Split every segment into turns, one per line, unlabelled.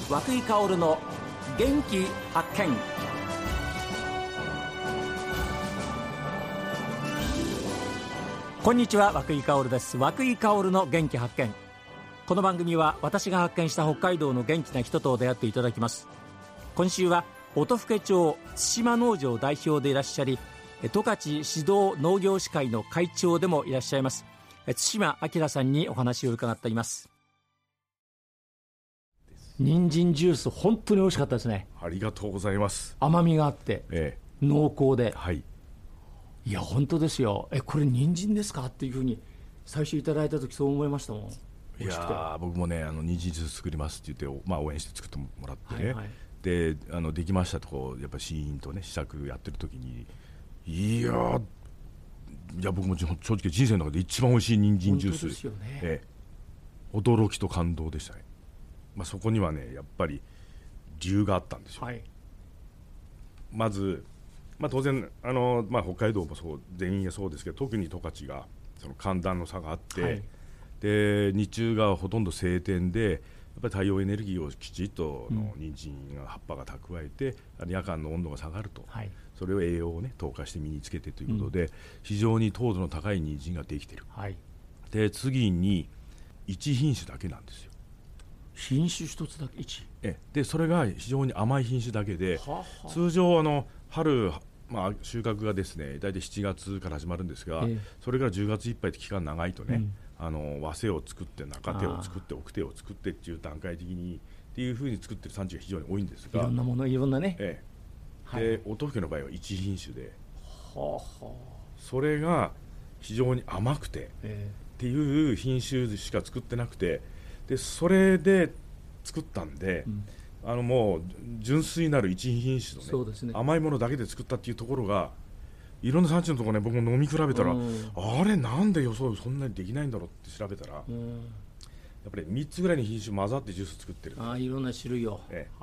涌井薫の元気発見。こんにちは、涌井薫です。涌井薫の元気発見。この番組は私が発見した北海道の元気な人と出会っていただきます。今週は音更町対馬農場代表でいらっしゃり、十勝指導農業士会の会長でもいらっしゃいます対馬明さんにお話を伺っています。人参ジュース本当に美味しかったですね。
ありがとうございます。
甘みがあって、濃厚で、
はい、
いや本当ですよ。これ人参ですかっていうふうに最初いただいた時そう思いましたもん。
いや僕もね人参ジュース作りますって言って、応援して作ってもらってね、
はいはい、
でできましたとこうやっぱりシーンとね試作やってる時にいや僕も正直人生の中で一番美味しい人参ジュース
ですよね。
驚きと感動でしたね。そこにはねやっぱり理由があったんですよ、はい、まず、当然北海道もそう全員がそうですけど、特に十勝がその寒暖の差があって、はい、で日中がほとんど晴天でやっぱり太陽エネルギーをきちっと人参が葉っぱが蓄えて、夜間の温度が下がると、はい、それを栄養をね透過して身につけてということで、非常に糖度の高い人参ができている、はい、で次に1品種だけなんですよ。
品種一つだけ1
でそれが非常に甘い品種だけで、通常春、収穫がですね大体7月から始まるんですが、それから10月いっぱいって期間長いとね、和製を作って中手を作って奥手を作ってっていう段階的にっていうふうに作ってる産地が非常に多いんですが、
いろんなものいろんなね、
で音更の場合は1品種で、それが非常に甘くて、っていう品種しか作ってなくて、でそれで作ったんで、もう純粋なる一品種の、甘いものだけで作ったっていうところがいろんな産地のところね、僕も飲み比べたら、あれなんで予想そんなにできないんだろうって調べたら、やっぱり3つぐらいの品種混ざってジュース作ってる。
いろんな種類を、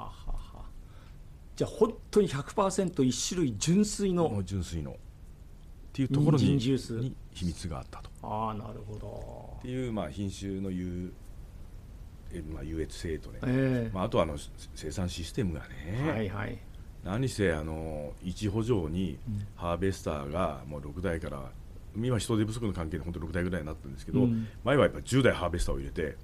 じゃあ本当に 100% 一種類純粋の
っていうところに秘密があったと。
なるほど
っていう、品種の優越性とね、あとは生産システムがね、何せ一圃場にハーベスターがもう6台から今人手不足の関係で本当に6台ぐらいになってるんですけど、前はやっぱり10台ハーベスターを入れて、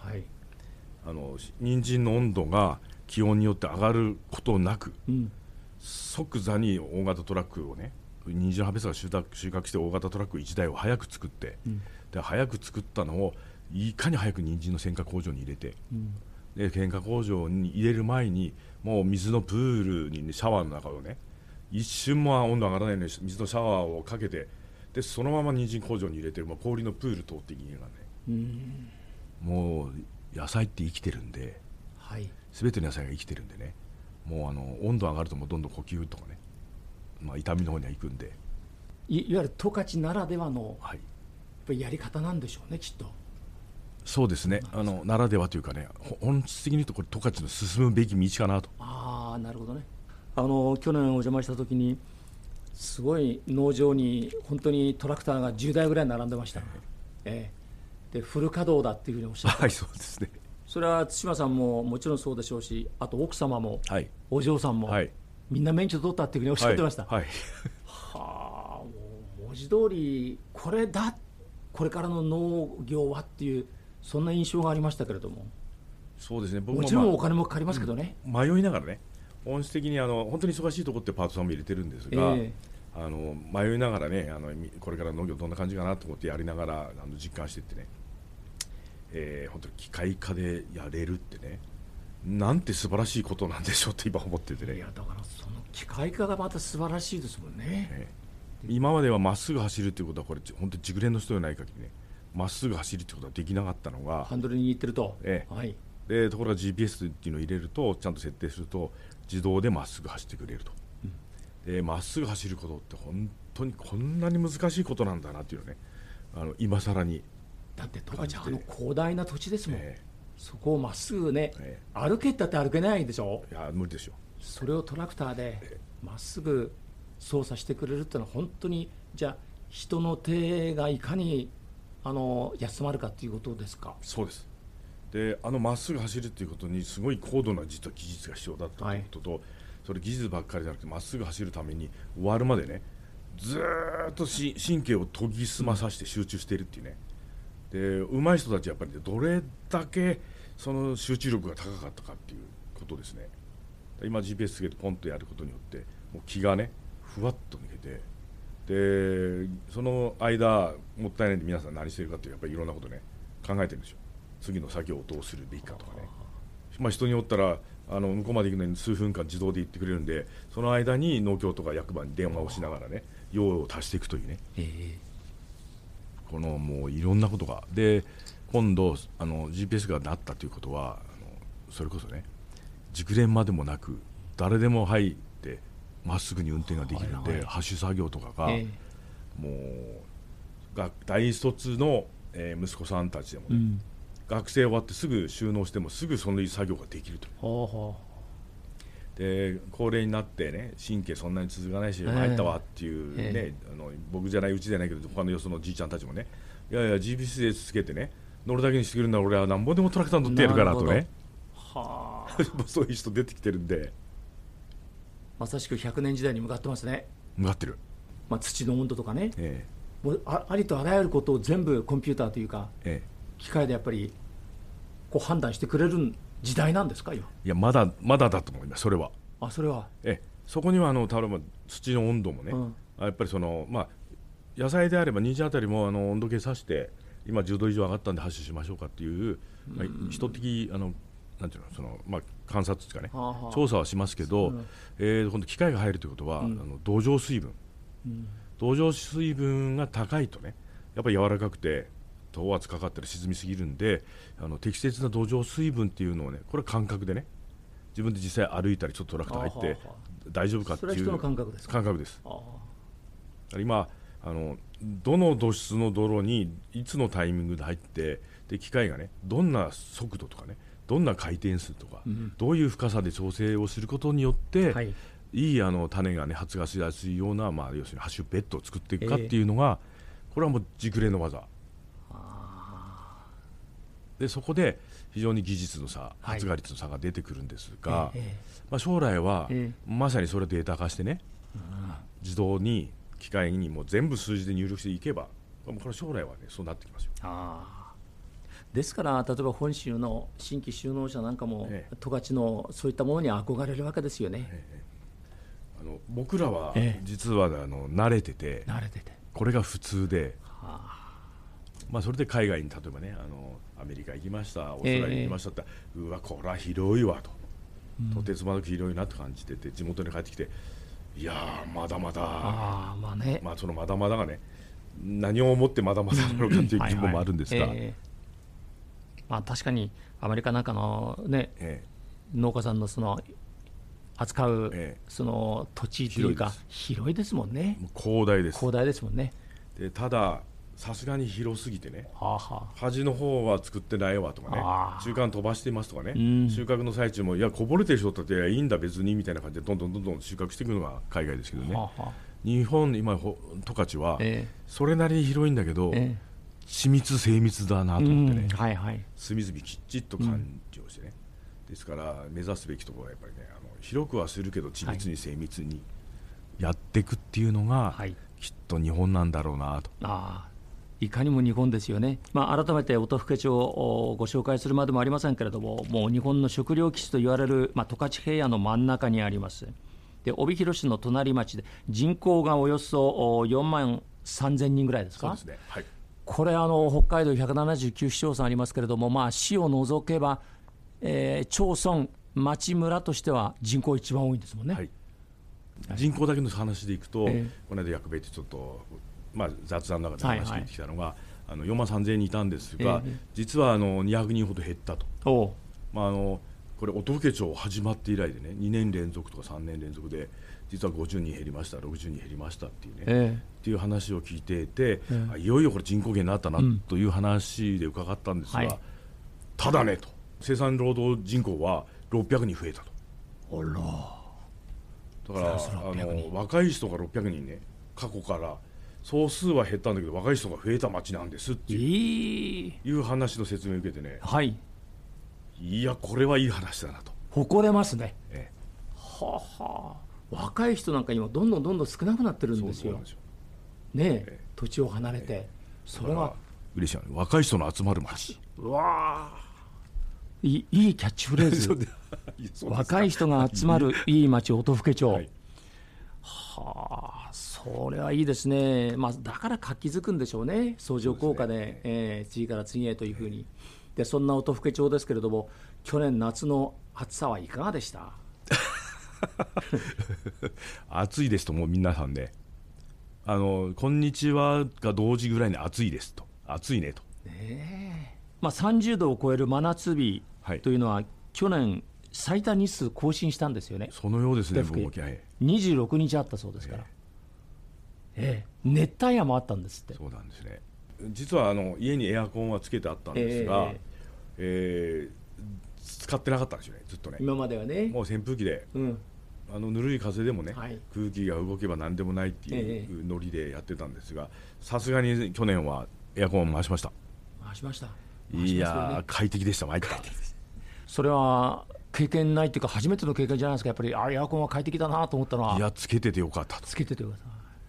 人参の温度が気温によって上がることなく、即座に大型トラックをね、人参ハーベスターが収穫して大型トラック1台を早く作って、で早く作ったのをいかに早く人参の選果工場に入れて、で選果工場に入れる前にもう水のプールに、シャワーの中をね一瞬も温度上がらないように水のシャワーをかけて、でそのまま人参工場に入れてる、氷のプール通っていけばね、もう野菜って生きてるんで、全ての野菜が生きてるんでね、もう温度上がるともうどんどん呼吸とかね、痛みの方には行くんで、
いわゆる十勝ならではの、やっぱりやり方なんでしょうね、きっと。
そうですね、ならではというかね、本質的に言うとこれ十勝の進むべき道かなと。
なるほどね。去年お邪魔した時にすごい農場に本当にトラクターが10台ぐらい並んでました、でフル稼働だっていうふうにおっしゃって、
そうですね。
それは対馬さんももちろんそうでしょうし、あと奥様も、お嬢さんも、みんな免許取ったっていうふうにおっしゃってました。もう文字通りこれからの農業はっていう、そんな印象がありましたけれども。
そうですね、
僕ももちろんお金もかかりますけどね、
迷いながらね、本質的に本当に忙しいところってパートさんも入れてるんですが、迷いながらね、これから農業どんな感じかなと思ってやりながら実感していってね、本当に機械化でやれるってね、なんて素晴らしいことなんでしょうって今思っててね。
いやだからその機械化がまた素晴らしいですもんね。
今まではまっすぐ走るっていうことは、これ本当に熟練の人でない限りね、まっすぐ走るってことはできなかったのが、
ハンドルに握ってると、
でところが GPS っていうのを入れると、ちゃんと設定すると自動でまっすぐ走ってくれると、でまっすぐ走ることって本当にこんなに難しいことなんだなっていうのね、今更に。
だって十勝広大な土地ですもん、そこをまっすぐね、歩けったって歩けないでしょ。
いや無理ですよ。
それをトラクターでまっすぐ操作してくれるっていうのは、本当にじゃあ人の手がいかに休まるかっていうことですか。
そうです。 でまっすぐ走るっていうことにすごい高度な実は技術が必要だったということと、それ技術ばっかりじゃなくてまっすぐ走るために終わるまでねずーっと神経を研ぎ澄まさせて集中しているっていうね。で上手い人たちやっぱり、ね、どれだけその集中力が高かったかっていうことですね。今 GPS つけてポンとやることによってもう気がねふわっと抜けて、でその間もったいないんで皆さん何してるかっていうやっぱりいろんなことね考えてるんですよ。次の作業をどうするべきかとかね。人によったら向こうまで行くのに数分間自動で行ってくれるんで、その間に農協とか役場に電話をしながらね用を足していくというね、このもういろんなことがで、今度GPS がなったということはそれこそね熟練までもなく誰でも入ってまっすぐに運転ができるんで、ハッシュ作業とかが、もう大卒の、息子さんたちでもね、学生終わってすぐ収納してもすぐその作業ができると。で高齢になってね神経そんなに続かないし参ったわっていうね、僕じゃないうちじゃないけど他のよそのじいちゃんたちもね、いやいや GPS でつけてね乗るだけにしてくれるんだら俺はなんぼでもトラクター乗ってやるからとねそういう人出てきてるんで、
まさしく100年時代に向かってますね。
向かってる、
土の温度とかね、もう ありとあらゆることを全部コンピューターというか、機械でやっぱりこう判断してくれる時代なんですか今。
いやまだだと思います。それは
それは
そこには例えば土の温度もね、やっぱり野菜であれば人参あたりも温度計さして今10度以上上がったんで発種しましょうかっていう、人的なんていうの観察ですかね、調査はしますけど、今度機械が入るということは、土壌水分、土壌水分が高いとねやっぱり柔らかくて等圧かかったり沈みすぎるんで、適切な土壌水分っていうのをねこれは感覚でね自分で実際歩いたりちょっとトラクター入って大丈夫かっていう、
それは人の感覚ですか。
感覚です。今どの土質の泥にいつのタイミングで入って、で機械がねどんな速度とかねどんな回転数とか、どういう深さで調整をすることによって、いい種がね発芽しやすいような、要するにハッシュベッドを作っていくかっていうのが、これはもう熟練の技で、そこで非常に技術の差、発芽率の差が出てくるんですが、将来は、まさにそれをデータ化してね、自動に機械にもう全部数字で入力していけば、これ将来はねそうなってきますよ。
ですから例えば本州の新規就農者なんかも十勝のそういったものに憧れるわけですよね。
僕らは実は慣れててこれが普通で、それで海外に例えばねアメリカ行きました、オーストラリア行きましたって、うわこれは広いわと、とてつもなく広いなと感じてて、地元に帰ってきて、いやーまだまだ、そのまだまだがね何を思ってまだまだなのかっていう疑問もあるんですが、
確かにアメリカなんかのね、農家さんのその扱うその土地というか広いですもんね。
広大
ですもんね。
でたださすがに広すぎてね、端の方は作ってないわとかね、中間飛ばしていますとかね、収穫の最中もいやこぼれてる人だっていいんだ別にみたいな感じでどんどん収穫していくのが海外ですけどね、日本今十勝はそれなりに広いんだけど、緻密精密だなと思ってね、隅々きっちりと管理をしてね、ですから目指すべきところはやっぱりね広くはするけど緻密に精密にやっていくっていうのが、きっと日本なんだろうなと。
いかにも日本ですよね。改めて音更町をご紹介するまでもありませんけれども、もう日本の食糧基地と言われる、十勝平野の真ん中にあります。で帯広市の隣町で人口がおよそ4万3000人ぐらいですか。
そうですね、
これ北海道179市町村ありますけれども、市を除けば、町村町村としては人口一番多いんですもんね。
人口だけの話でいくと、この間役場でちょっと雑談の中で話聞いてきたのが、4万3000人いたんですが、実は200人ほど減ったと。これ音更町始まって以来でね2年連続とか3年連続で実は50人減りました60人減りましたっていうね、っていう話を聞いていて、いよいよこれ人口減になったなという話で伺ったんですが、ただねと生産労働人口は600人増えたと。だから若い人が600人ね、過去から総数は減ったんだけど若い人が増えた町なんですっていう話の説明を受けてね、 いやこれはいい話だなと
誇れますね。はあはあ、若い人なんか今どんどん少なくなってるんですよ。
そうなんですよ
ね、土地を離れて、それは
嬉しい。若い人の集まる街。
うわいいキャッチフレーズ若い人が集まるいい町音更町、はい、はあ、それはいいですね。だから活気づくんでしょうね、相乗効果で、次から次へというふうに。でそんな音更町ですけれども、去年夏の暑さはいかがでした？
暑いですと、もう皆さんね、こんにちはが同時ぐらいに暑いですと、暑いねと、
30度を超える真夏日というのは、去年最多日数更新したんですよね。
そのようですね。
26日あったそうですから、熱帯夜もあったんですって。
そうなんですね。実は家にエアコンはつけてあったんですが、使ってなかったんですよね、ずっとね。
今まではね、
もう扇風機で、ぬるい風でもね、はい、空気が動けば何でもないっていうノリでやってたんですが、さすがに去年はエアコンを回しました。いや快適でした。参った。
それは経験ないっていうか初めての経験じゃないですか。やっぱりエアコンは快適だなと思ったのは。
いやつけててよかったと。
つけててよかった。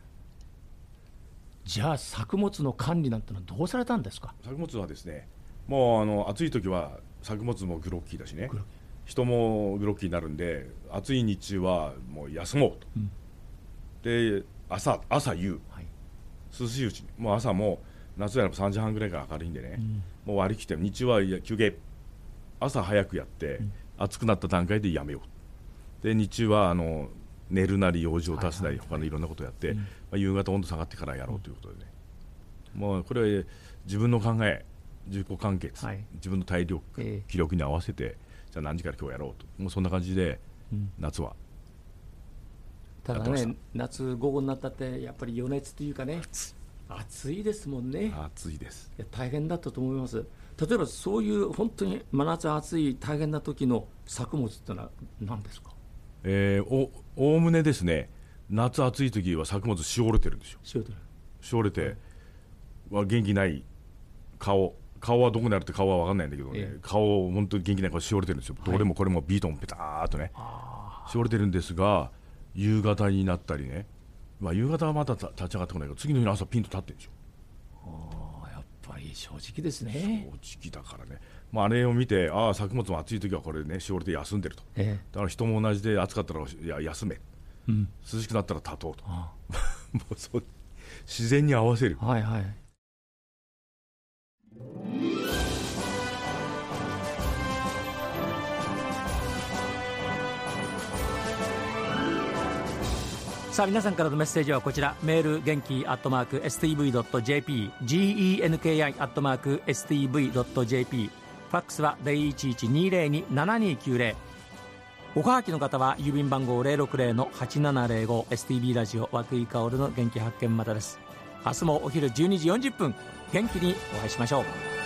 じゃあ作物の管理なんてのはどうされたんですか？
作物はですね、もう暑い時は作物もグロッキーだしね、人もグロッキーになるんで、暑い日中はもう休もうと、で朝夕、はい、涼しいうちに、もう朝も夏なら3時半ぐらいから明るいんでね、もう割り切って、日中は休憩、朝早くやって、暑くなった段階でやめよう、で日中は寝るなり用事を足すなり他のいろんなことをやって、夕方温度下がってからやろうということでね、もうこれは自分の考え、自己完結、自分の体力、気力に合わせて、じゃあ何時から今日やろうと、もうそんな感じで、夏は
ただね、夏午後になったってやっぱり余熱というかね、暑いですもんね。
暑いです。
いや大変だったと思います。例えばそういう本当に真夏暑い大変な時の作物ってのは何ですか？
おおむねですね、夏暑い時は作物しおれてるんですよ。しおれて、元気ない顔はどこにあるって顔は分かんないんだけどね、顔本当に元気ない顔しおれてるんですよ。どれもこれもビートンペターっとねしおれてるんですが、夕方になったりね、夕方はまだ立ち上がってこないけど、次の日の朝ピンと立ってるんですよ。
やっぱり正直ですね。
正直だからね、あれを見て、作物も暑い時はこれねしおれて休んでると、だから人も同じで、暑かったら休め、涼しくなったら立とうともうそう自然に合わせる。
さあ皆さんからのメッセージはこちら、メール元気@stv.jp、 genki@stv.jp、 ファックスは 0112027290、 おはがきの方は郵便番号 060-8705 STB ラジオ和久井薫の元気発見までです。明日もお昼12時40分元気にお会いしましょう。